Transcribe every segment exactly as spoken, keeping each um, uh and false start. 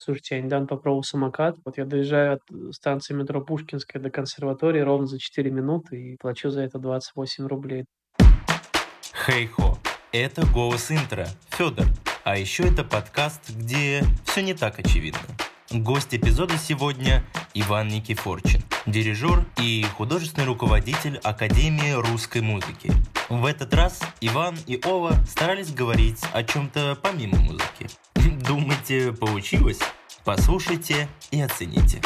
Слушайте, я недавно попробовал самокат. Вот я доезжаю от э, станции метро Пушкинская до консерватории ровно за четыре минуты и плачу за это двадцать восемь рублей. Хей-хо, это голос интро, Федор. А еще это подкаст, где все не так очевидно. Гость эпизода сегодня Иван Никифорчин, дирижер и художественный руководитель Академии русской музыки. В этот раз Иван и Ова старались говорить о чем-то помимо музыки. Думаете, получилось? Послушайте и оцените.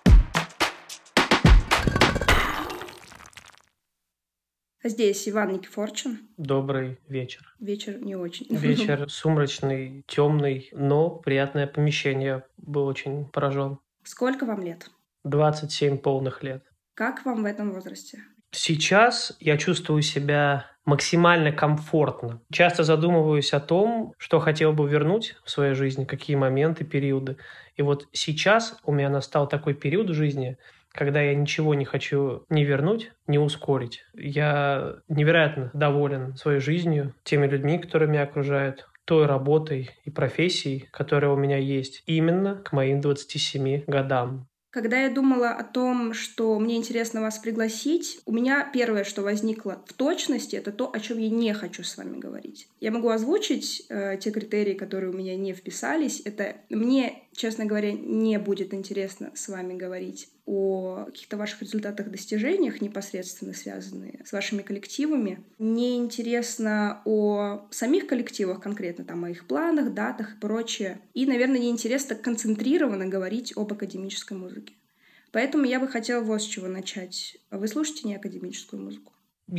Здесь Иван Никифорчин. Добрый вечер. Вечер не очень. Вечер сумрачный, темный, но приятное помещение. Был очень поражен. Сколько вам лет? двадцать семь полных лет. Как вам в этом возрасте? Сейчас я чувствую себя максимально комфортно. Часто задумываюсь о том, что хотел бы вернуть в своей жизни, какие моменты, периоды. И вот сейчас у меня настал такой период в жизни, когда я ничего не хочу ни вернуть, ни ускорить. Я невероятно доволен своей жизнью, теми людьми, которые меня окружают, той работой и профессией, которая у меня есть именно к моим двадцати семи годам. Когда я думала о том, что мне интересно вас пригласить, у меня первое, что возникло в точности, это то, о чем я не хочу с вами говорить. Я могу озвучить э, те критерии, которые у меня не вписались. Это мне, честно говоря, не будет интересно с вами говорить о каких-то ваших результатах, достижениях, непосредственно связанные с вашими коллективами. Мне интересно о самих коллективах конкретно, там, о их планах, датах и прочее. И, наверное, не интересно концентрированно говорить об академической музыке. Поэтому я бы хотела вот с чего начать. Вы слушаете неакадемическую музыку?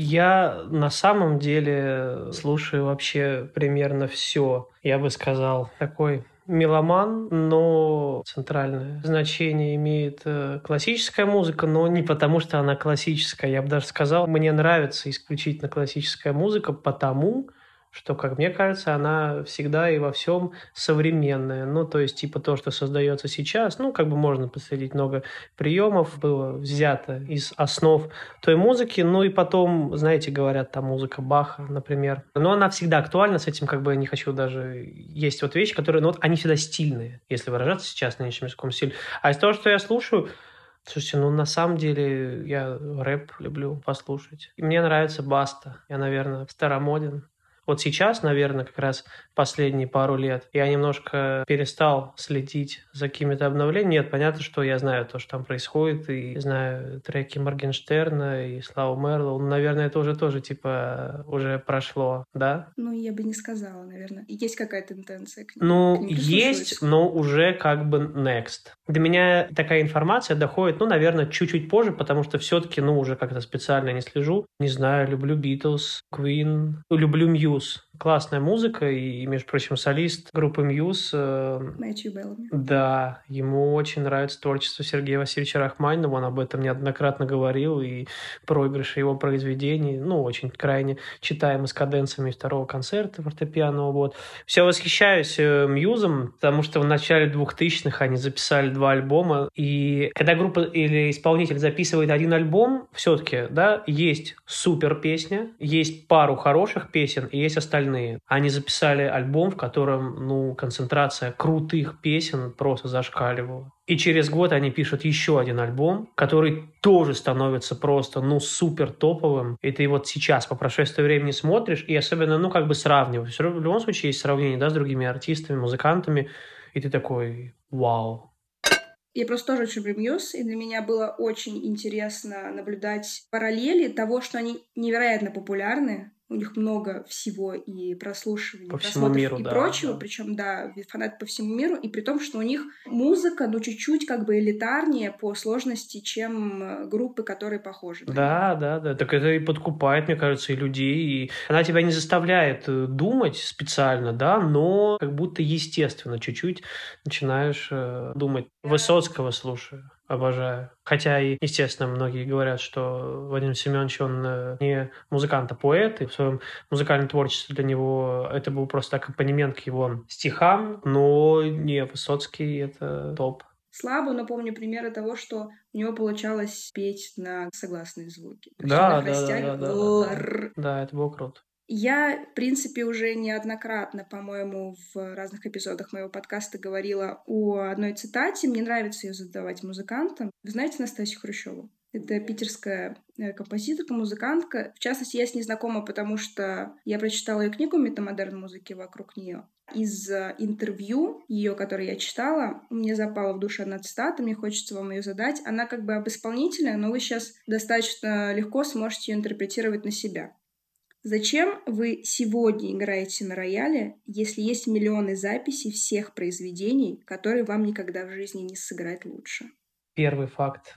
Я на самом деле слушаю вообще примерно все. Я бы сказал, такой меломан, но центральное значение имеет э, классическая музыка, но не потому, что она классическая. Я бы даже сказал, мне нравится исключительно классическая музыка, потому что, как мне кажется, она всегда и во всем современная. Ну, то есть, типа то, что создается сейчас, ну, как бы можно последить много приемов, было взято из основ той музыки. Ну, и потом, знаете, говорят, там музыка Баха, например. Но она всегда актуальна, с этим как бы я не хочу даже... Есть вот вещи, которые, ну, вот они всегда стильные, если выражаться сейчас нынешнем языком стиле. А из того, что я слушаю, слушайте, ну, на самом деле, я рэп люблю послушать. И мне нравится Баста. Я, наверное, старомоден. Вот сейчас, наверное, как раз последние пару лет я немножко перестал следить за какими-то обновлениями. Нет, понятно, что я знаю то, что там происходит, и знаю треки Моргенштерна и Славу Мерлоу. Ну, наверное, это уже тоже, типа, уже прошло, да? Ну, я бы не сказала, наверное. Есть какая-то интенция к ним, к Ну, ним есть, прислушиваться. но уже как бы next. До меня такая информация доходит, ну, наверное, чуть-чуть позже, потому что все-таки, ну, уже как-то специально не слежу. Не знаю, люблю Beatles, Queen, люблю Muse. Классная музыка, и, между прочим, солист группы Muse. э, Мэтью Беллами. Да, ему очень нравится творчество Сергея Васильевича Рахманинова, он об этом неоднократно говорил, и проигрыши его произведений, ну, очень крайне читаемы с каденциями второго концерта фортепианного. Вот. Все восхищаюсь э, Мьюзом, потому что в начале двухтысячных они записали два альбома, и когда группа или исполнитель записывает один альбом, все-таки, да, есть супер песня, есть пару хороших песен, и есть остальные. Они записали альбом, в котором, ну, концентрация крутых песен просто зашкаливала. И через год они пишут еще один альбом, который тоже становится просто, ну, супер топовым. И ты вот сейчас по прошествии времени смотришь, и особенно, ну, как бы сравниваешь. В любом случае есть сравнение, да, с другими артистами, музыкантами, и ты такой, вау. Я просто тоже очень люблю Мьюз, и для меня было очень интересно наблюдать параллели того, что они невероятно популярны, у них много всего и прослушиваний, По всему просмотров миру, и да, прочего, да. причем, да, фанаты по всему миру, и при том, что у них музыка, ну, чуть-чуть как бы элитарнее по сложности, чем э, группы, которые похожи на них. Да, да, да. Так это и подкупает, мне кажется, и людей. И она тебя не заставляет э, думать специально, да, но как будто естественно чуть-чуть начинаешь э, думать. Высоцкого слушаю, обожаю. Хотя и, естественно, многие говорят, что Владимир Семенович, он э, не музыкант, а поэт, и в своем музыкальном творчестве для него это был просто аккомпанемент к его стихам, но не, Высоцкий — это топ. Слабо, но помню примеры того, что у него получалось петь на согласные звуки. То есть он Да, их да, да, да, растягивал. да, да, да. Р. Да, это было круто. Я, в принципе, уже неоднократно, по-моему, в разных эпизодах моего подкаста говорила о одной цитате. Мне нравится ее задавать музыкантам. Вы знаете Настасью Хрущеву? Это питерская э, композиторка, музыкантка. В частности, я с ней знакома, потому что я прочитала ее книгу «Метамодерн музыки» вокруг нее. Из э, интервью ее, которое я читала, мне запала в душу одна цитата, мне хочется вам ее задать. Она как бы об исполнителе, но вы сейчас достаточно легко сможете ее интерпретировать на себя. Зачем вы сегодня играете на рояле, если есть миллионы записей всех произведений, которые вам никогда в жизни не сыграть лучше? Первый факт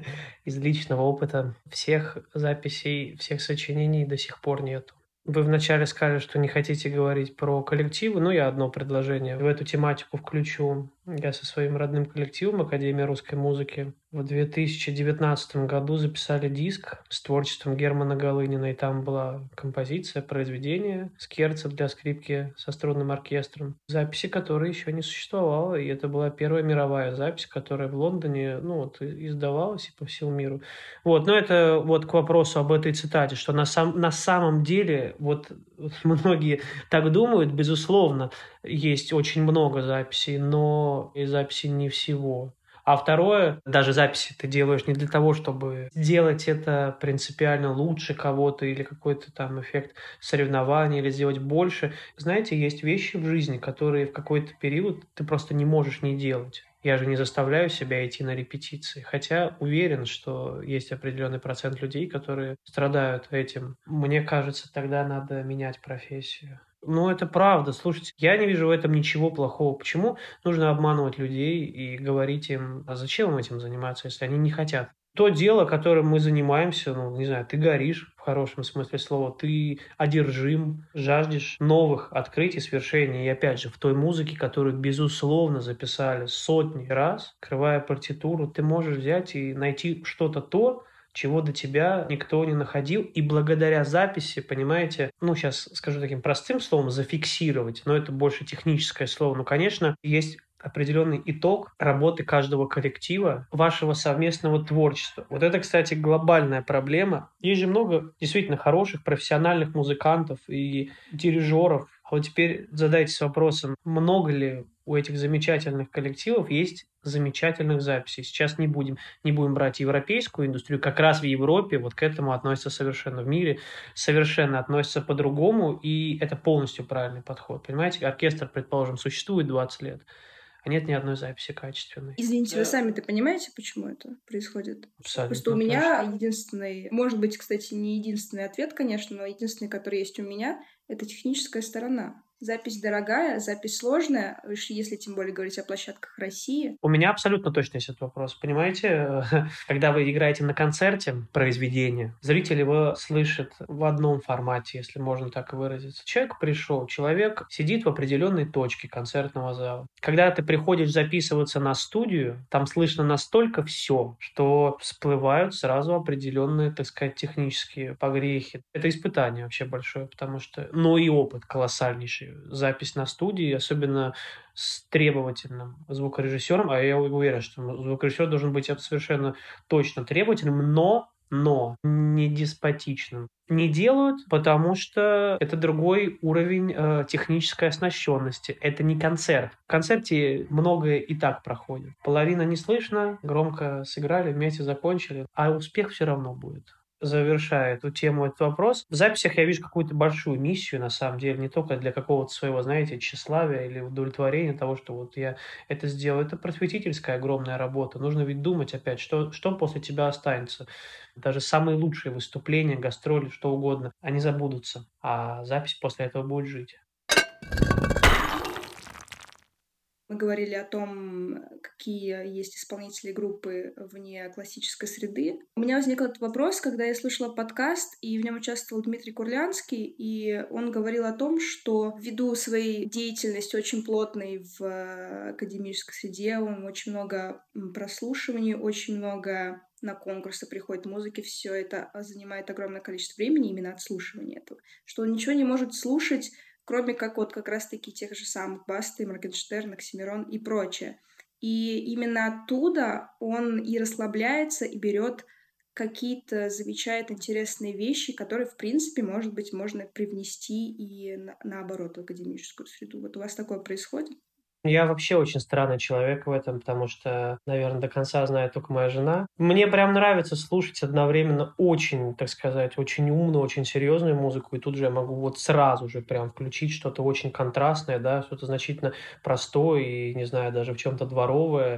из личного опыта. Всех записей, всех сочинений до сих пор нету. Вы вначале сказали, что не хотите говорить про коллективы, но я одно предложение в эту тематику включу. Я со своим родным коллективом Академии русской музыки в две тысячи девятнадцатом году записали диск с творчеством Германа Голынина, и там была композиция, произведение скерцо для скрипки со струнным оркестром, записи которой еще не существовало, и это была первая мировая запись, которая в Лондоне, ну, вот, и- издавалась и по всему миру. Вот, но это вот к вопросу об этой цитате, что на, сам, на самом деле, вот многие так думают, безусловно, есть очень много записей, но и записей не всего. А второе, даже записи ты делаешь не для того, чтобы сделать это принципиально лучше кого-то или какой-то там эффект соревнования, или сделать больше. Знаете, есть вещи в жизни, которые в какой-то период ты просто не можешь не делать. Я же не заставляю себя идти на репетиции. Хотя уверен, что есть определенный процент людей, которые страдают этим. Мне кажется, тогда надо менять профессию. Ну, это правда. Слушайте, я не вижу в этом ничего плохого. Почему нужно обманывать людей и говорить им, а зачем им этим заниматься, если они не хотят? То дело, которым мы занимаемся, ну, не знаю, ты горишь в хорошем смысле слова, ты одержим, жаждешь новых открытий, свершений. И опять же, в той музыке, которую, безусловно, записали сотни раз, открывая партитуру, ты можешь взять и найти что-то то, чего до тебя никто не находил. И благодаря записи, понимаете, ну, сейчас скажу таким простым словом, зафиксировать, но это больше техническое слово. Ну, конечно, есть определенный итог работы каждого коллектива, вашего совместного творчества. Вот это, кстати, глобальная проблема. Есть же много действительно хороших профессиональных музыкантов и дирижеров. А вот теперь задайтесь вопросом, много ли у этих замечательных коллективов есть замечательных записей. Сейчас не будем, не будем брать европейскую индустрию. Как раз в Европе вот к этому относятся совершенно, в мире совершенно относятся по-другому, и это полностью правильный подход. Понимаете, оркестр, предположим, существует двадцать лет, а нет ни одной записи качественной. Извините, вы сами-то понимаете, почему это происходит? Просто у Абсолютно меня точно. единственный, может быть, кстати, не единственный ответ, конечно, но единственный, который есть у меня, это техническая сторона. Запись дорогая, запись сложная, уж если тем более говорить о площадках России. У меня абсолютно точно есть этот вопрос. Понимаете, когда вы играете на концерте произведение, зритель его слышит в одном формате, если можно так выразиться. Человек пришел, человек сидит в определенной точке концертного зала. Когда ты приходишь записываться на студию, там слышно настолько все, что всплывают сразу определенные, так сказать, технические погрехи. Это испытание вообще большое, потому что, ну и опыт колоссальнейший. Запись на студии, особенно с требовательным звукорежиссером, а я уверен, что звукорежиссер должен быть совершенно точно требовательным, но но не деспотичным. Не делают, потому что это другой уровень э, технической оснащенности. Это не концерт. В концерте многое и так проходит. Половина не слышно, громко сыграли, вместе закончили, а успех все равно будет. Завершая эту тему, этот вопрос. В записях я вижу какую-то большую миссию, на самом деле, не только для какого-то своего, знаете, тщеславия или удовлетворения того, что вот я это сделал. Это просветительская огромная работа. Нужно ведь думать опять, что, что после тебя останется. Даже самые лучшие выступления, гастроли, что угодно, они забудутся, а запись после этого будет жить. Мы говорили о том, какие есть исполнители группы вне классической среды. У меня возник этот вопрос, когда я слушала подкаст, и в нем участвовал Дмитрий Курлянский, и он говорил о том, что ввиду своей деятельности очень плотной в академической среде, он очень много прослушиваний, очень много на конкурсы приходит музыки, все это занимает огромное количество времени, именно отслушивание этого, что он ничего не может слушать, кроме как вот как раз-таки тех же самых Басты, Моргенштерн, Оксимирон и прочее. И именно оттуда он и расслабляется, и берет какие-то замечает интересные вещи, которые, в принципе, может быть, можно привнести и на- наоборот в академическую среду. Вот у вас такое происходит? Я вообще очень странный человек в этом, потому что, наверное, до конца знает только моя жена. Мне прям нравится слушать одновременно очень, так сказать, очень умную, очень серьезную музыку, и тут же я могу вот сразу же прям включить что-то очень контрастное, да, что-то значительно простое и, не знаю, даже в чем-то дворовое.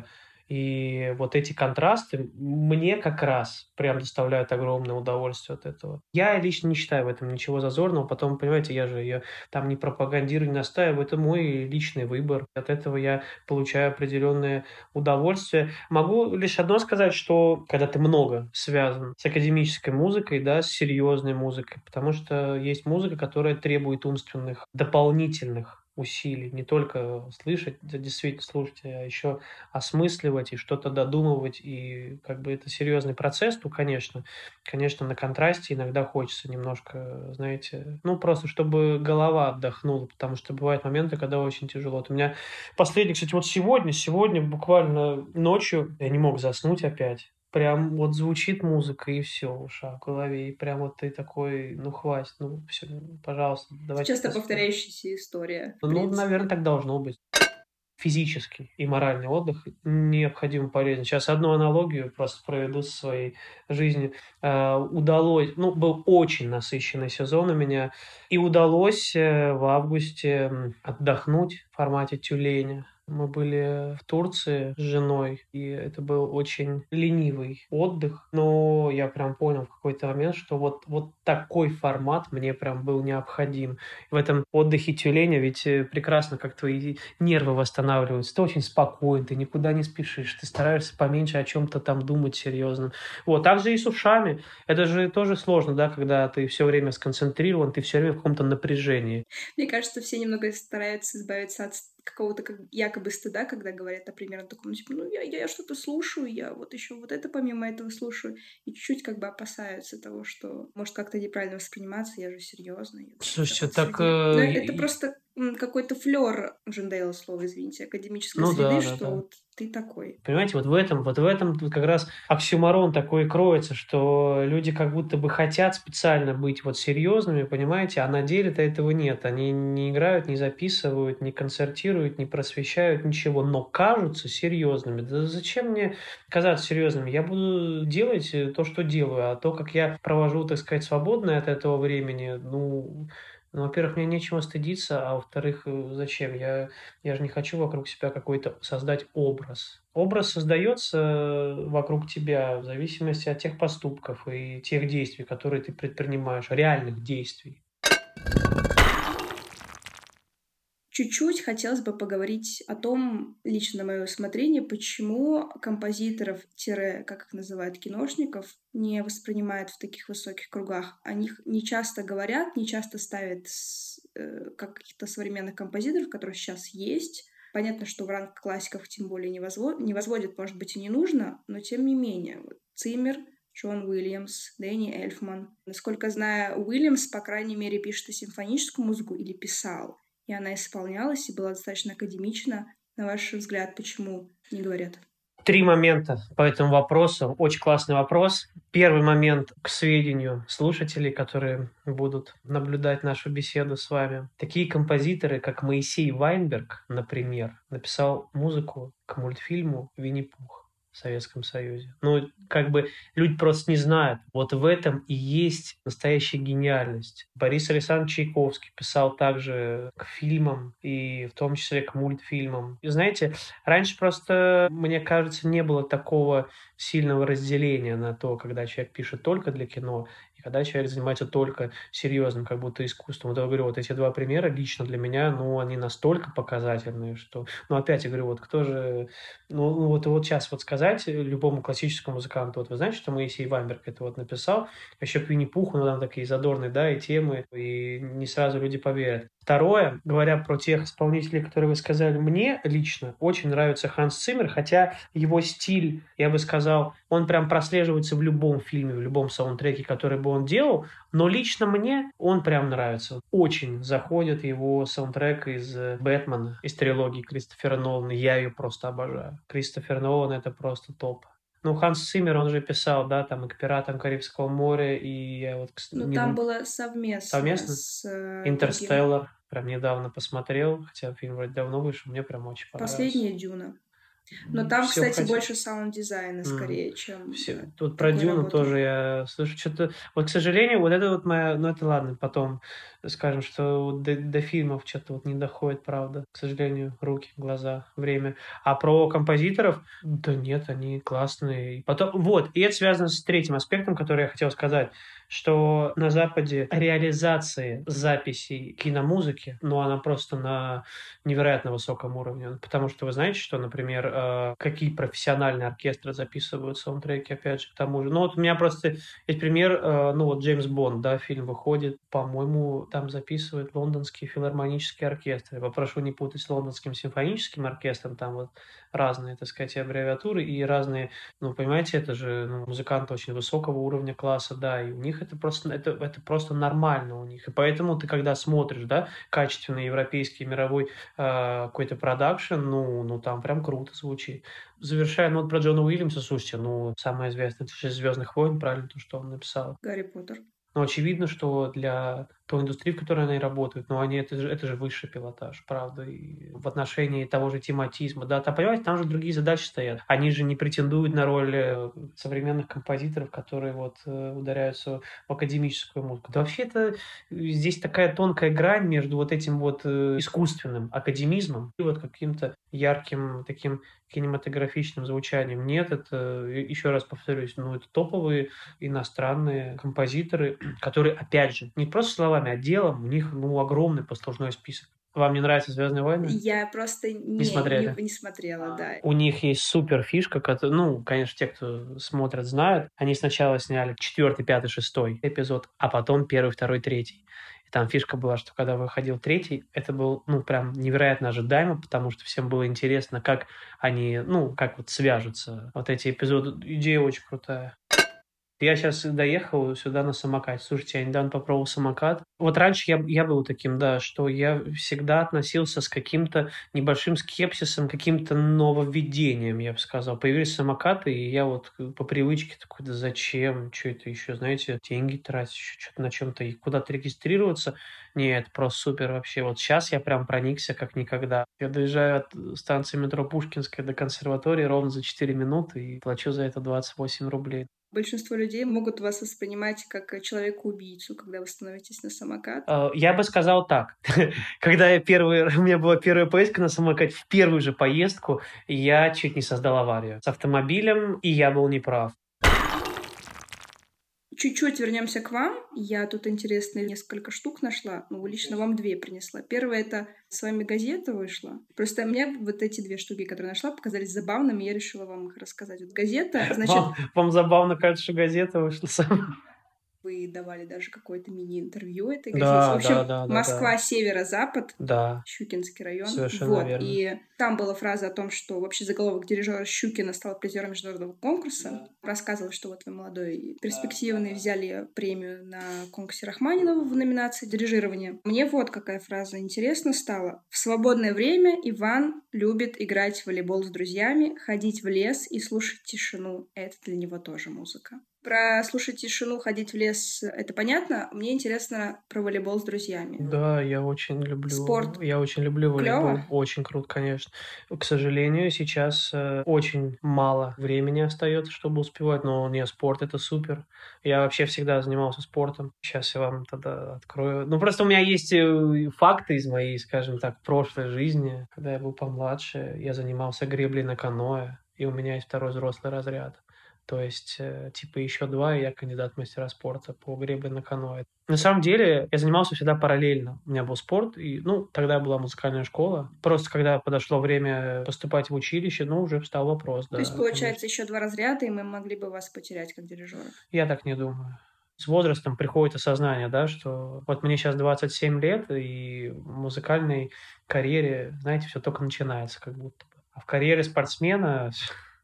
И вот эти контрасты мне как раз прям доставляют огромное удовольствие от этого. Я лично не считаю в этом ничего зазорного. Потом, понимаете, я же ее там не пропагандирую, не настаиваю. Это мой личный выбор. От этого я получаю определенное удовольствие. Могу лишь одно сказать, что когда ты много связан с академической музыкой, да, с серьезной музыкой, потому что есть музыка, которая требует умственных, дополнительных усилий, не только слышать, да, действительно слушать, а еще осмысливать и что-то додумывать, и как бы это серьезный процесс, то, конечно, конечно, на контрасте иногда хочется немножко, знаете, ну, просто чтобы голова отдохнула, потому что бывают моменты, когда очень тяжело. Вот у меня последний, кстати, вот сегодня, сегодня буквально ночью я не мог заснуть опять. Прям вот звучит музыка, и все в ушах, в голове. И прям вот ты такой, ну, хватит, ну, все, пожалуйста, давайте Часто поспим. повторяющаяся история, в Ну, наверное, принципе. так должно быть. Физический и моральный отдых необходимо полезен. Сейчас одну аналогию просто проведу со своей жизнью. Э, Удалось, ну, был очень насыщенный сезон у меня, и удалось э, в августе м, отдохнуть в формате тюленя. Мы были в Турции с женой, и это был очень ленивый отдых, но я прям понял в какой-то момент, что вот, вот такой формат мне прям был необходим. В этом отдыхе тюленя ведь э, прекрасно как твои нервы восстанавливаются, ты очень спокоен, ты никуда не спешишь, ты стараешься поменьше о чем-то там думать серьезно. Вот, так же и с ушами. Это же тоже сложно, да, когда ты все время сконцентрирован, ты все время в каком-то напряжении. Мне кажется, все немного стараются избавиться от с- какого-то как якобы стыда, когда говорят, например, о таком, типа, ну, я, я что-то слушаю, я вот еще вот это помимо этого слушаю, и чуть-чуть как бы опасаются того, что может как-то неправильно восприниматься, я же серьезно, я вот в Слушайте, такой так, среде. Но э, это и- просто м, какой-то флер Джендейла слово, извините, академической ну среды, да, да, что да. вот ты такой. Понимаете, вот в этом, вот в этом тут как раз оксюморон такой и кроется, что люди как будто бы хотят специально быть вот серьезными, понимаете, а на деле-то этого нет. Они не играют, не записывают, не концертируют, не просвещают, ничего, но кажутся серьезными. Да зачем мне казаться серьезными? Я буду делать э, то, что делаю, а то, как я провожу, так сказать, свободное от этого времени, ну, ну, во-первых, мне нечего стыдиться, а во-вторых, э, зачем? Я я же не хочу вокруг себя какой-то создать образ. Образ создается э, вокруг тебя в зависимости от тех поступков и тех действий, которые ты предпринимаешь, реальных действий. Чуть-чуть хотелось бы поговорить о том, лично на мое усмотрение, почему композиторов, тире, как их называют, киношников, не воспринимают в таких высоких кругах. О них не часто говорят, не часто ставят с, э, как каких-то современных композиторов, которые сейчас есть. Понятно, что в ранг классиков тем более не, возво- не возводят, может быть, и не нужно, но тем не менее. Вот Циммер, Джон Уильямс, Дэнни Эльфман. Насколько знаю, Уильямс, по крайней мере, пишет и симфоническую музыку или писал, и она исполнялась и была достаточно академична. На ваш взгляд, почему не говорят? Три момента по этому вопросу. Очень классный вопрос. Первый момент к сведению слушателей, которые будут наблюдать нашу беседу с вами. Такие композиторы, как Моисей Вайнберг, например, написал музыку к мультфильму «Винни-Пух» в Советском Союзе. Ну, как бы люди просто не знают. Вот в этом и есть настоящая гениальность. Борис Александрович Чайковский писал также к фильмам и в том числе к мультфильмам. И знаете, раньше просто, мне кажется, не было такого сильного разделения на то, когда человек пишет только для кино, и когда человек занимается только серьезным, как будто искусством. Вот я говорю, вот эти два примера лично для меня, ну, они настолько показательные, что... Ну, опять я говорю, вот кто же... Ну, ну, вот, вот сейчас вот сказать любому классическому музыканту, вот вы знаете, что Моисей Вайнберг это вот написал, еще к Винни-Пуху, ну, там такие задорные, да, и темы, и не сразу люди поверят. Второе, говоря про тех исполнителей, которые вы сказали, мне лично очень нравится Ханс Циммер, хотя его стиль, я бы сказал, он прям прослеживается в любом фильме, в любом саундтреке, который бы он делал, но лично мне он прям нравится. Очень заходит его саундтрек из э, «Бэтмена», из трилогии Кристофера Нолана. Я ее просто обожаю. Кристофер Нолан — это просто топ. Ну, Ханс Циммер, он же писал, да, там и к «Пиратам Карибского моря», и я вот кс- Но не там дум- было совместно совместно. с э, другим. «Интерстеллар» прям недавно посмотрел, хотя фильм вроде давно вышел, мне прям очень понравился. Последняя «Дюна». Но там, Все кстати, хотел. больше саунд-дизайна М. скорее, чем Все. э, Тут про такой Дюну работы. тоже я слышу что-то. Вот, к сожалению, вот это вот моя... Ну, это ладно, потом скажем, что вот до, до фильмов что-то вот не доходит, правда. К сожалению, руки, глаза, время. А про композиторов, да нет, они классные. И потом, вот, и это связано с третьим аспектом, который я хотел сказать, что на Западе реализации записей киномузыки, ну, она просто на невероятно высоком уровне. Потому что вы знаете, что, например, э, какие профессиональные оркестры записывают саундтреки, опять же, к тому же. Ну, вот у меня просто есть пример, э, ну, вот Джеймс Бонд, да, фильм выходит, по-моему, там записывают лондонский филармонический оркестр. Я попрошу не путать с лондонским симфоническим оркестром, там вот разные, так сказать, аббревиатуры и разные, ну, понимаете, это же ну, музыканты очень высокого уровня класса, да, и у них это просто, это, это просто нормально у них. И поэтому ты, когда смотришь, да, качественный европейский мировой э, какой-то продакшн, ну, ну, там прям круто звучит. Завершая, ну, вот про Джона Уильямса, слушайте, ну, самое известное, это же «Звездных войн», правильно, то, что он написал. Гарри Поттер. Но очевидно, что для той индустрии, в которой они работают, ну, они, это же, это же высший пилотаж, правда, и в отношении того же тематизма, да, там, понимаете, там же другие задачи стоят. Они же не претендуют на роль э, современных композиторов, которые вот э, ударяются в академическую музыку. Да вообще это здесь такая тонкая грань между вот этим вот э, искусственным академизмом и вот каким-то ярким таким кинематографичным звучанием. Нет, это, еще раз повторюсь, ну, это топовые иностранные композиторы, которые, опять же, не просто словами, а делом, у них, ну, огромный послужной список. Вам не нравятся «Звездные войны»? Я просто не, Не не, смотрели? не смотрела, да. У них есть супер фишка, кото- ну, конечно, те, кто смотрят, знают. Они сначала сняли четвертый, пятый, шестой эпизод, а потом первый, второй, третий. И там фишка была, что когда выходил третий, это был, ну, прям невероятно ожидаемо, потому что всем было интересно, как они, ну, как вот свяжутся вот эти эпизоды. Идея очень крутая. Я сейчас доехал сюда на самокате. Слушайте, я недавно попробовал самокат. Вот раньше я, я был таким, да, что я всегда относился с каким-то небольшим скепсисом, каким-то нововведением, я бы сказал. Появились самокаты, и я вот по привычке такой, да зачем, что это еще, знаете, деньги тратить, еще что-то на чем-то, и куда-то регистрироваться. Нет, просто супер вообще. Вот сейчас я прям проникся как никогда. Я доезжаю от станции метро Пушкинская до консерватории ровно за четыре минуты и плачу за это двадцать восемь рублей. Большинство людей могут вас воспринимать как человека-убийцу, когда вы становитесь на самокат. Э, Я бы сказал так. Когда я первый, у меня была первая поездка на самокате, в первую же поездку я чуть не создал аварию с автомобилем, и я был неправ. Чуть-чуть вернемся к вам. Я тут интересные несколько штук нашла. Ну, лично вам две принесла. Первое — это с вами газета вышла. Просто мне вот эти две штуки, которые нашла, показались забавными, и я решила вам их рассказать. Вот газета, значит... Вам, вам забавно кажется, что газета вышла сама. Вы давали даже какое-то мини-интервью этой Да, газете. В общем, да, да, да, Москва, да. северо-запад, Да, Щукинский район. совершенно Вот. верно. И там была фраза о том, что вообще заголовок дирижера Щукина стал призером международного конкурса. Рассказывал, что вот вы молодой и перспективный, взяли премию на конкурсе Рахманинова в номинации дирижирования. Мне вот какая фраза интересна стала. В свободное время Иван любит играть в волейбол с друзьями, ходить в лес и слушать тишину. Это для него тоже музыка. Про слушать тишину, ходить в лес — это понятно. Мне интересно про волейбол с друзьями. Да, я очень люблю, Спорт я очень люблю волейбол, клёво? очень круто, конечно. К сожалению, сейчас э, очень мало времени остается, чтобы успевать, но не, спорт это супер. Я вообще всегда занимался спортом. Сейчас я вам тогда открою. Ну, просто у меня есть э, факты из моей, скажем так, прошлой жизни. Когда я был помладше, я занимался греблей на каноэ, и у меня есть второй взрослый разряд. То есть, э, типа, еще два, и я кандидат в мастера спорта по гребле на каноэ. На самом деле, я занимался всегда параллельно. У меня был спорт, и, ну, тогда была музыкальная школа. Просто когда подошло время поступать в училище, ну, уже встал вопрос, То есть, да, получается, конечно. еще два разряда, и мы могли бы вас потерять как дирижера. Я так не думаю. С возрастом приходит осознание, да, что вот мне сейчас двадцать семь лет, и в музыкальной карьере, знаете, все только начинается как будто бы. А в карьере спортсмена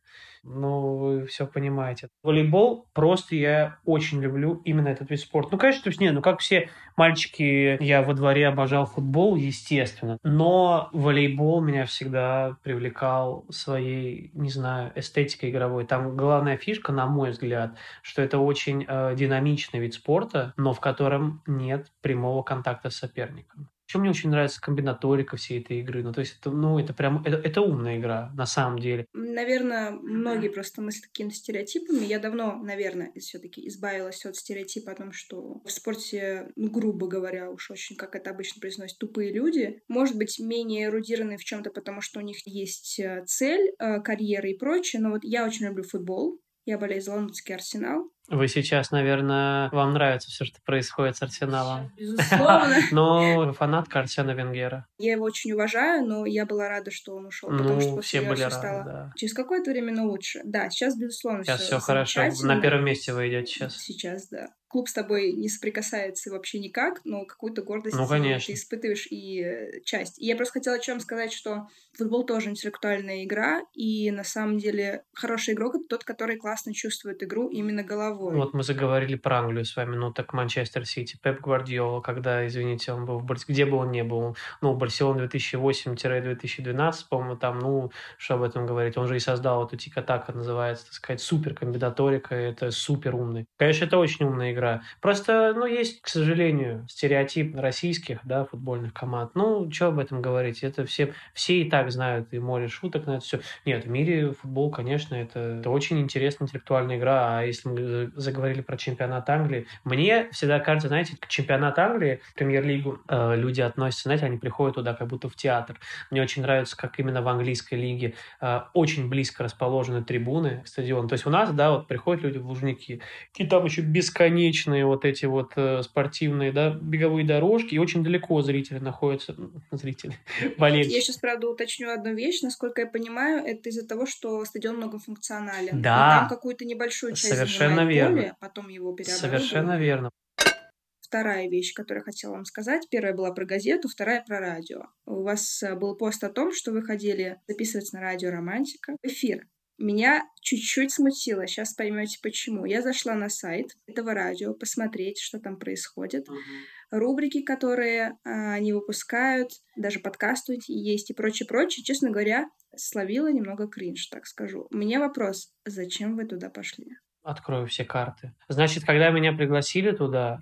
Ну, вы все понимаете. Волейбол просто я очень люблю именно этот вид спорта. Ну, конечно, то есть, не, ну, как все мальчики, я во дворе обожал футбол, естественно. Но волейбол меня всегда привлекал своей, не знаю, эстетикой игровой. Там главная фишка, на мой взгляд, что это очень э, динамичный вид спорта, но в котором нет прямого контакта с соперником. Еще мне очень нравится комбинаторика всей этой игры. Ну, то есть, это, ну, это прям, это, это умная игра, на самом деле. Наверное, многие просто мыслят какими-то стереотипами. Я давно, наверное, все-таки избавилась от стереотипа о том, что в спорте, ну, грубо говоря, уж очень, как это обычно произносят, тупые люди. Может быть, менее эрудированные в чем-то, потому что у них есть э, цель, э, карьера и прочее. Но вот я очень люблю футбол. Я болею за лондонский Арсенал. Вы сейчас, наверное, вам нравится все, что происходит с Арсеналом. Безусловно. Но вы фанатка Арсена Венгера. Я его очень уважаю, но я была рада, что он ушел, потому что Ну, после все него были все рады, стало да. через какое-то время, но лучше. Да, сейчас, безусловно, Сейчас все все хорошо. На замечательно. первом месте вы идете сейчас. Сейчас, да. Клуб с тобой не соприкасается вообще никак, но какую-то гордость Ну, ты конечно. испытываешь и э, часть. И я просто хотела о чем сказать, что футбол тоже интеллектуальная игра, и на самом деле хороший игрок — это тот, который классно чувствует игру именно головой. Вот мы заговорили про Англию с вами, ну так Манчестер Сити, Пеп Гвардиола, когда, извините, он был в Барселоне, где бы он ни был, ну, Барселона две тысячи восемь - две тысячи двенадцать, по-моему, там, ну, что об этом говорить, он же и создал эту тика-така, называется, так сказать, супер комбинаторика, это супер умный. Конечно, это очень умная игра. Просто, ну, есть, к сожалению, стереотип российских, да, футбольных команд. Ну, что об этом говорить, это все, все и так знают, и море шуток на это все. Нет, в мире футбол, конечно, это, это очень интересная интеллектуальная игра, а если мы заговорили про чемпионат Англии, мне всегда кажется, знаете, к чемпионату Англии, премьер-лигу, э, люди относятся, знаете, они приходят туда как будто в театр. Мне очень нравится, как именно в английской лиге э, очень близко расположены трибуны к стадиону. То есть у нас, да, вот приходят люди в Лужники, и там еще бесконечные вот эти вот э, спортивные, да, беговые дорожки, и очень далеко зрители находятся, зрители, болельщики. Я сейчас, правда, уточню одну вещь. Насколько я понимаю, это из-за того, что стадион многофункционален. И Да, там какую-то небольшую часть совершенно занимает верно. поле, потом его переоборудовали. Совершенно верно. Вторая вещь, которую я хотела вам сказать. Первая была про газету, вторая про радио. У вас э, был пост о том, что вы хотели записываться на радио «Романтика» эфир. Меня чуть-чуть смутило. Сейчас поймете почему. Я зашла на сайт этого радио посмотреть, что там происходит. Рубрики, которые а, они выпускают, даже подкасты есть и прочее, прочее. Честно говоря, словила немного кринж, так скажу. У меня вопрос. Зачем вы туда пошли? Открою все карты. Значит, когда меня пригласили туда,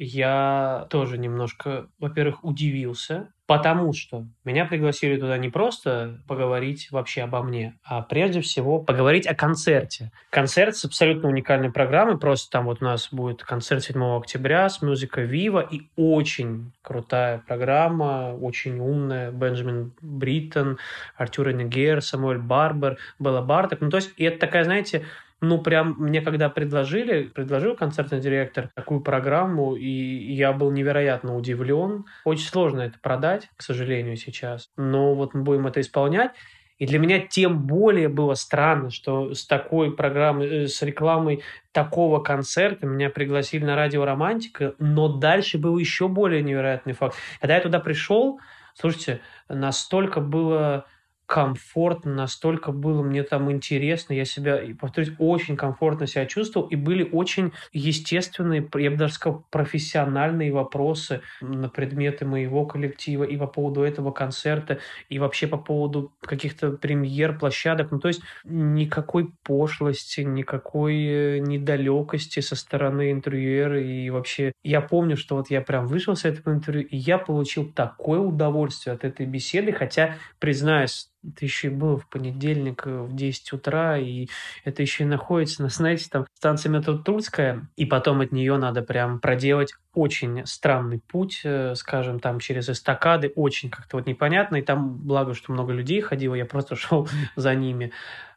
я тоже немножко, во-первых, удивился, потому что меня пригласили туда не просто поговорить вообще обо мне, а прежде всего поговорить о концерте. Концерт с абсолютно уникальной программой, просто там вот у нас будет концерт седьмого октября с мюзикой «Вива», и очень крутая программа, очень умная, Бенджамин Бриттон, Артур Энигер, Самуэль Барбер, Белла Барток. Ну, то есть, и это такая, знаете, ну, прям мне когда предложили, предложил концертный директор такую программу, и я был невероятно удивлен. Очень сложно это продать, к сожалению, сейчас. Но вот мы будем это исполнять. И для меня тем более было странно, что с такой программой, с рекламой такого концерта меня пригласили на радио «Романтика», но дальше был еще более невероятный факт. Когда я туда пришел, слушайте, настолько было комфортно, настолько было мне там интересно, я себя, повторюсь, очень комфортно себя чувствовал, и были очень естественные, я бы даже сказал, профессиональные вопросы на предметы моего коллектива и по поводу этого концерта, и вообще по поводу каких-то премьер, площадок, ну то есть никакой пошлости, никакой недалекости со стороны интервьюера, и вообще я помню, что вот я прям вышел с этого интервью, и я получил такое удовольствие от этой беседы, хотя, признаюсь, это еще и было в понедельник в десять утра, и это еще и находится на, знаете, там станция метро Тульская, и потом от нее надо прям проделать очень странный путь, скажем, там через эстакады, очень как-то вот непонятно, и там, благо, что много людей ходило, я просто шел за ними,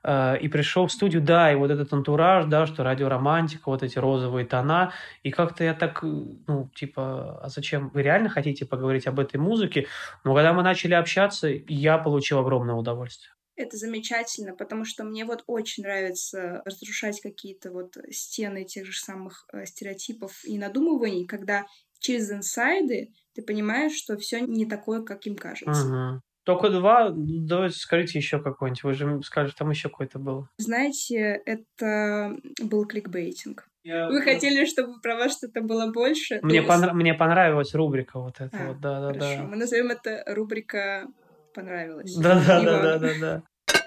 и пришел в студию, да, и вот этот антураж, да, что радиоромантика, вот эти розовые тона, и как-то я так, ну, типа, а зачем? Вы реально хотите поговорить об этой музыке? Но когда мы начали общаться, я получил огромное удовольствие. Это замечательно, потому что мне вот очень нравится разрушать какие-то вот стены тех же самых э, стереотипов и надумываний, когда через инсайды ты понимаешь, что все не такое, как им кажется. Угу. Только два? Давайте скажите еще какой-нибудь. Вы же сказали, что там еще какой-то был. Знаете, это был кликбейтинг. Я... Вы хотели, чтобы про вас что-то было больше? Мне, есть... понра... Мне понравилась рубрика вот эта а, вот, да-да-да. Хорошо, мы назовем это рубрика «Понравилось». Да-да-да-да-да-да.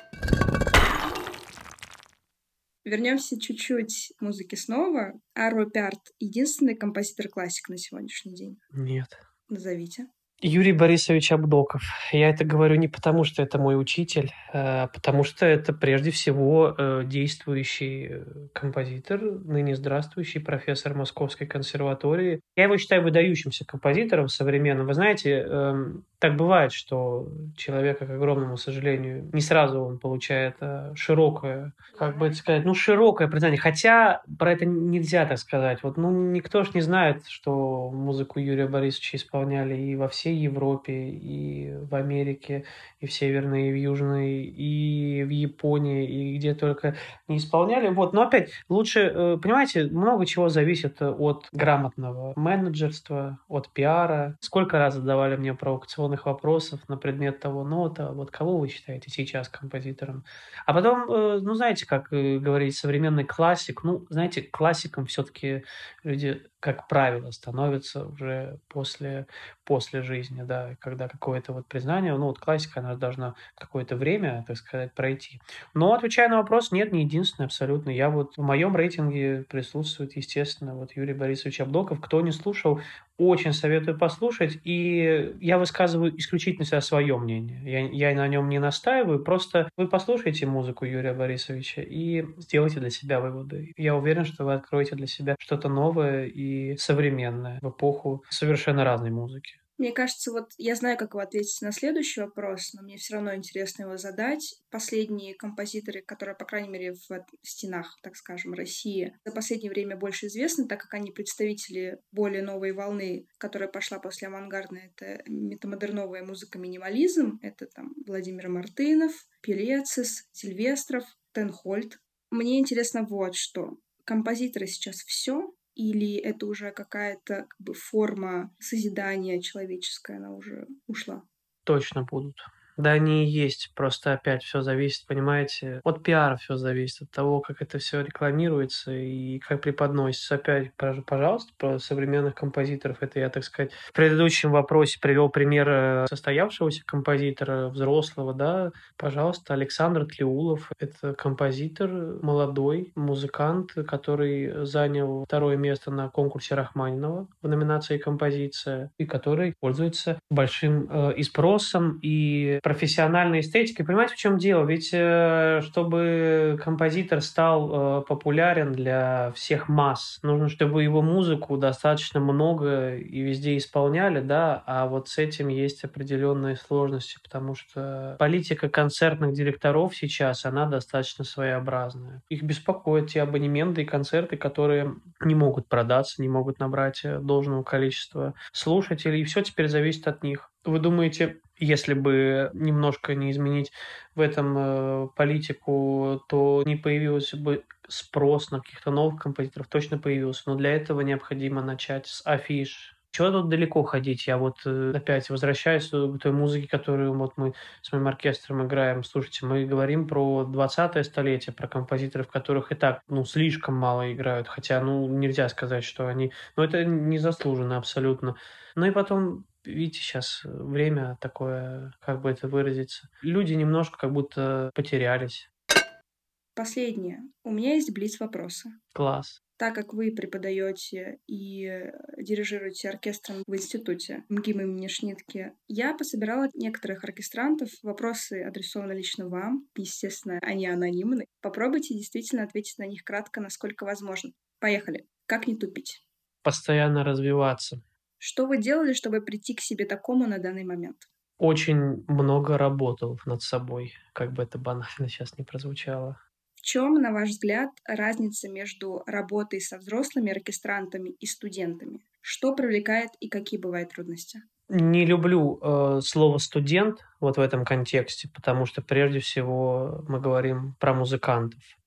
Вернемся чуть-чуть к музыке снова. Арво Пярт — единственный композитор-классик на сегодняшний день? Нет. Назовите. Юрий Борисович Абдоков. Я это говорю не потому, что это мой учитель, а потому что это прежде всего э, действующий композитор, ныне здравствующий профессор Московской консерватории. Я его считаю выдающимся композитором современным. Вы знаете, э, так бывает, что человека, к огромному сожалению, не сразу он получает э, широкое, как бы это сказать, ну, широкое признание. Хотя про это нельзя так сказать. Вот, ну, никто ж не знает, что музыку Юрия Борисовича исполняли и во всей Европе, и в Америке, и в Северной, и в Южной, и в Японии, и где только не исполняли. Вот. Но опять, лучше, понимаете, много чего зависит от грамотного менеджерства, от пиара. Сколько раз задавали мне провокационных вопросов на предмет того, ну, это вот кого вы считаете сейчас композитором? А потом, ну, знаете, как говорить, современный классик, ну, знаете, классиком все-таки люди, как правило, становятся уже после, после жизни, да, когда какое-то вот признание, ну, вот классика, она должна какое-то время, так сказать, пройти. Но, отвечая на вопрос, нет, не единственный абсолютно. Я вот в моем рейтинге присутствует, естественно, вот Юрий Борисович Абдоков. Кто не слушал, очень советую послушать, и я высказываю исключительно свое мнение. Я, я на нем не настаиваю, просто вы послушайте музыку Юрия Борисовича и сделайте для себя выводы. Я уверен, что вы откроете для себя что-то новое и современное в эпоху совершенно разной музыки. Мне кажется, вот я знаю, как вы ответите на следующий вопрос, но мне все равно интересно его задать. Последние композиторы, которые, по крайней мере, в стенах, так скажем, России, за последнее время больше известны, так как они представители более новой волны, которая пошла после авангардной. Это метамодерновая музыка, минимализм. Это там Владимир Мартынов, Пелецис, Сильвестров, Тенхольд. Мне интересно вот что. Композиторы сейчас все? Или это уже какая-то как бы форма созидания человеческая, она уже ушла? Точно будут. Да, они и есть. Просто опять все зависит, понимаете, от пиара все зависит, от того, как это все рекламируется и как преподносится. Опять, пожалуйста, про современных композиторов. Это я, так сказать, в предыдущем вопросе привел пример состоявшегося композитора, взрослого, да. Пожалуйста, Александр Тлеулов. Это композитор, молодой музыкант, который занял второе место на конкурсе Рахманинова в номинации «Композиция», и который пользуется большим э, и спросом, и профессиональной эстетикой. Понимаете, в чем дело? Ведь э, чтобы композитор стал э, популярен для всех масс, нужно, чтобы его музыку достаточно много и везде исполняли, да, а вот с этим есть определенные сложности, потому что политика концертных директоров сейчас, она достаточно своеобразная. Их беспокоят те абонементы и концерты, которые не могут продаться, не могут набрать должного количества слушателей, и все теперь зависит от них. Вы думаете, если бы немножко не изменить в этом э, политику, то не появился бы спрос на каких-то новых композиторов? Точно появился, но для этого необходимо начать с афиш. Чего тут далеко ходить? Я вот э, опять возвращаюсь к той музыке, которую вот мы с моим оркестром играем. Слушайте, мы говорим про двадцатое столетие, про композиторов, которых и так, ну, слишком мало играют. Хотя, ну, нельзя сказать, что они... Ну, это незаслуженно абсолютно. Ну и потом, видите, сейчас время такое, как бы это выразиться. Люди немножко как будто потерялись. Последнее. У меня есть блиц-вопросы. Класс. Так как вы преподаете и дирижируете оркестром в институте МГИМ имени Шнитке, я пособирала некоторых оркестрантов. Вопросы адресованы лично вам. Естественно, они анонимны. Попробуйте действительно ответить на них кратко, насколько возможно. Поехали. Как не тупить? Постоянно развиваться. Что вы делали, чтобы прийти к себе такому на данный момент? Очень много работал над собой, как бы это банально сейчас не прозвучало. В чем, на ваш взгляд, разница между работой со взрослыми оркестрантами и студентами? Что привлекает и какие бывают трудности? Не люблю э, слово «студент» вот в этом контексте, потому что прежде всего мы говорим про музыкантов.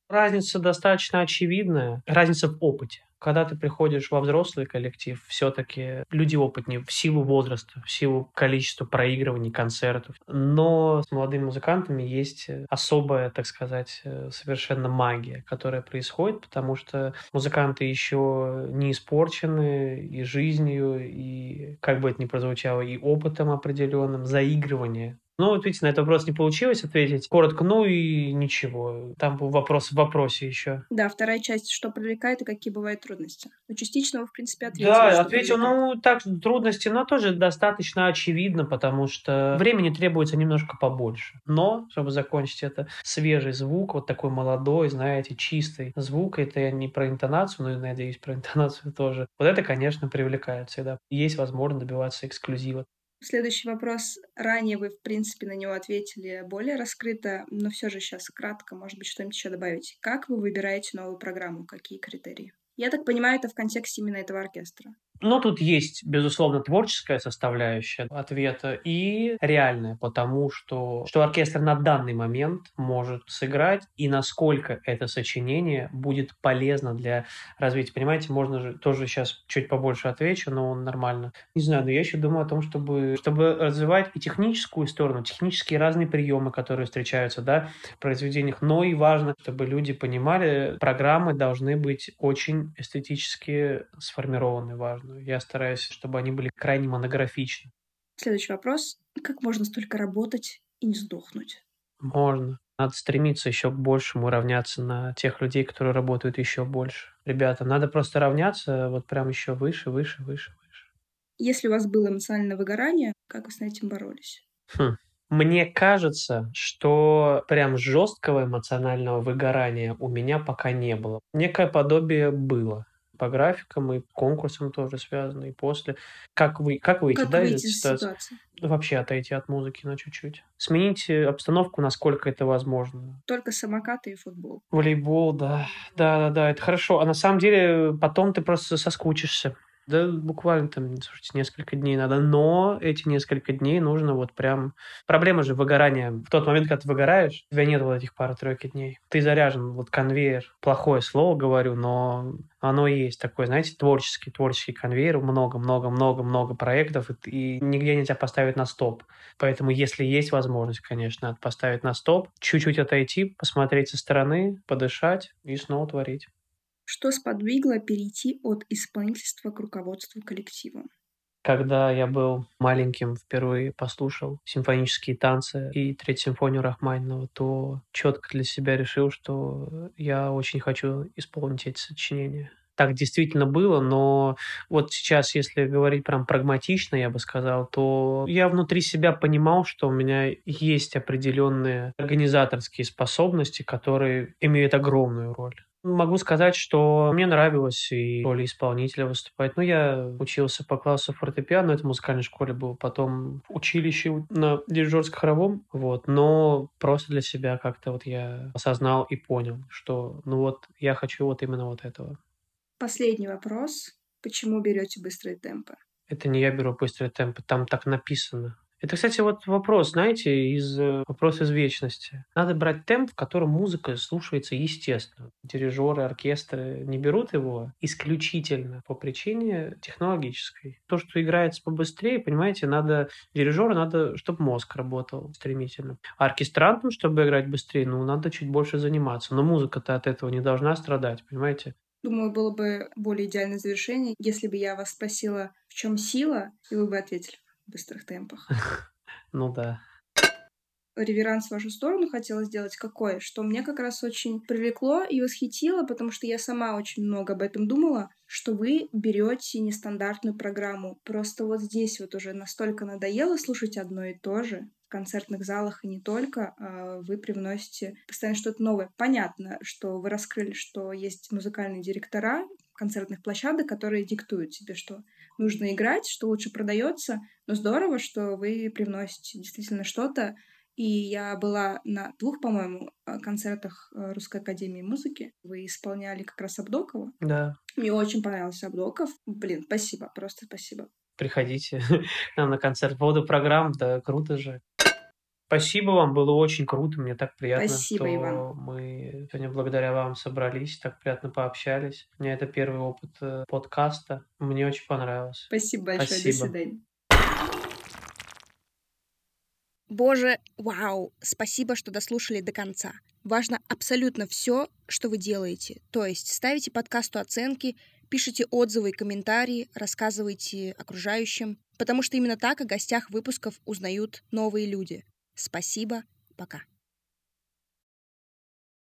Разница достаточно очевидная. Разница в опыте. Когда ты приходишь во взрослый коллектив, все-таки люди опытнее в силу возраста, в силу количества проигрываний, концертов. Но с молодыми музыкантами есть особая, так сказать, совершенно магия, которая происходит, потому что музыканты еще не испорчены и жизнью, и, как бы это ни прозвучало, и опытом определенным, заигрывания. Ну, вот видите, на этот вопрос не получилось ответить коротко, ну и ничего. Там был вопрос в вопросе еще. Да, вторая часть, что привлекает и какие бывают трудности. Ну, частично вы, в принципе, ответили, Да, что ответил, привлекает. ну, так, трудности, но тоже достаточно очевидно, потому что времени требуется немножко побольше. Но, чтобы закончить это, свежий звук, вот такой молодой, знаете, чистый звук, это я не про интонацию, но, надеюсь, про интонацию тоже. Вот это, конечно, привлекает всегда. Есть возможность добиваться эксклюзива. Следующий вопрос. Ранее вы, в принципе, на него ответили более раскрыто, но все же сейчас кратко, может быть, что-нибудь еще добавить. Как вы выбираете новую программу? Какие критерии? Я так понимаю, это в контексте именно этого оркестра. Но тут есть, безусловно, творческая составляющая ответа и реальная, потому что, что оркестр на данный момент может сыграть и насколько это сочинение будет полезно для развития. Понимаете, можно же тоже сейчас чуть побольше отвечу, но нормально. Не знаю, но я еще думаю о том, чтобы, чтобы развивать и техническую сторону, технические разные приемы, которые встречаются, да, в произведениях, но и важно, чтобы люди понимали, программы должны быть очень эстетически сформированы, важно. Я стараюсь, чтобы они были крайне монографичны. Следующий вопрос. Как можно столько работать и не сдохнуть? Можно. Надо стремиться еще к большему, равняться на тех людей, которые работают еще больше. Ребята, надо просто равняться вот прям еще выше, выше, выше, выше. Если у вас было эмоциональное выгорание, как вы с этим боролись? Хм. Мне кажется, что прям жесткого эмоционального выгорания у меня пока не было. Некое подобие было. По графикам и конкурсам тоже связано, и после. Как, вы, как выйти, Как да, из выйти этой из ситуации? ситуации? Вообще отойти от музыки на чуть-чуть. Сменить э, обстановку, насколько это возможно. Только самокаты и футбол. Волейбол, да. Да-да-да, это хорошо. А на самом деле потом ты просто соскучишься. Да, буквально там, слушайте, несколько дней надо. Но эти несколько дней нужно вот прям... Проблема же выгорания. В тот момент, когда ты выгораешь, у тебя нет вот этих пары-тройки дней. Ты заряжен, вот конвейер. Плохое слово говорю, но оно и есть такой, знаете, творческий, творческий конвейер. Много-много-много-много проектов, и, и нигде нельзя поставить на стоп. Поэтому, если есть возможность, конечно, надо поставить на стоп, чуть-чуть отойти, посмотреть со стороны, подышать и снова творить. Что сподвигло перейти от исполнительства к руководству коллективом? Когда я был маленьким, впервые послушал симфонические танцы и Третью симфонию Рахманинова, то четко для себя решил, что я очень хочу исполнить эти сочинения. Так действительно было, но вот сейчас, если говорить прям прагматично, я бы сказал, то я внутри себя понимал, что у меня есть определенные организаторские способности, которые имеют огромную роль. Могу сказать, что мне нравилось и в роли исполнителя выступать. Ну, я учился по классу фортепиано, это в музыкальной школе был, потом в училище на дирижерско-хоровом, вот, но просто для себя как-то вот я осознал и понял, что, ну вот, я хочу вот именно вот этого. Последний вопрос. Почему берете быстрые темпы? Это не я беру быстрые темпы, там так написано. Это, кстати, вот вопрос, знаете, из э, вопрос из вечности. Надо брать темп, в котором музыка слушается естественно. Дирижеры, оркестры не берут его исключительно по причине технологической. То, что играется побыстрее, понимаете, надо дирижеру надо, чтобы мозг работал стремительно. А оркестрантам, чтобы играть быстрее, ну, надо чуть больше заниматься. Но музыка-то от этого не должна страдать, понимаете? Думаю, было бы более идеальное завершение, если бы я вас спросила, в чем сила, и вы бы ответили в быстрых темпах. Ну да. Реверанс в вашу сторону хотела сделать какой, что мне как раз очень привлекло и восхитило, потому что я сама очень много об этом думала, что вы берете нестандартную программу. Просто вот здесь вот уже настолько надоело слушать одно и то же в концертных залах и не только, а вы привносите постоянно что-то новое. Понятно, что вы раскрыли, что есть музыкальные директора концертных площадок, которые диктуют тебе, что нужно играть, что лучше продается, но здорово, что вы привносите действительно что-то. И я была на двух, по-моему, концертах Русской академии музыки. Вы исполняли как раз Абдокова. Да. Мне очень понравился Абдоков. Блин, спасибо, просто спасибо. Приходите к нам на концерт. По поводу программ, да, круто же. Спасибо вам, было очень круто, мне так приятно, Спасибо, что Иван. мы сегодня благодаря вам собрались, так приятно пообщались. У меня это первый опыт э, подкаста, мне очень понравилось. Спасибо большое, до Спасибо. свидания. Боже, вау! Спасибо, что дослушали до конца. Важно абсолютно все, что вы делаете. То есть ставите подкасту оценки, пишите отзывы и комментарии, рассказывайте окружающим, потому что именно так о гостях выпусков узнают новые люди. Спасибо, пока.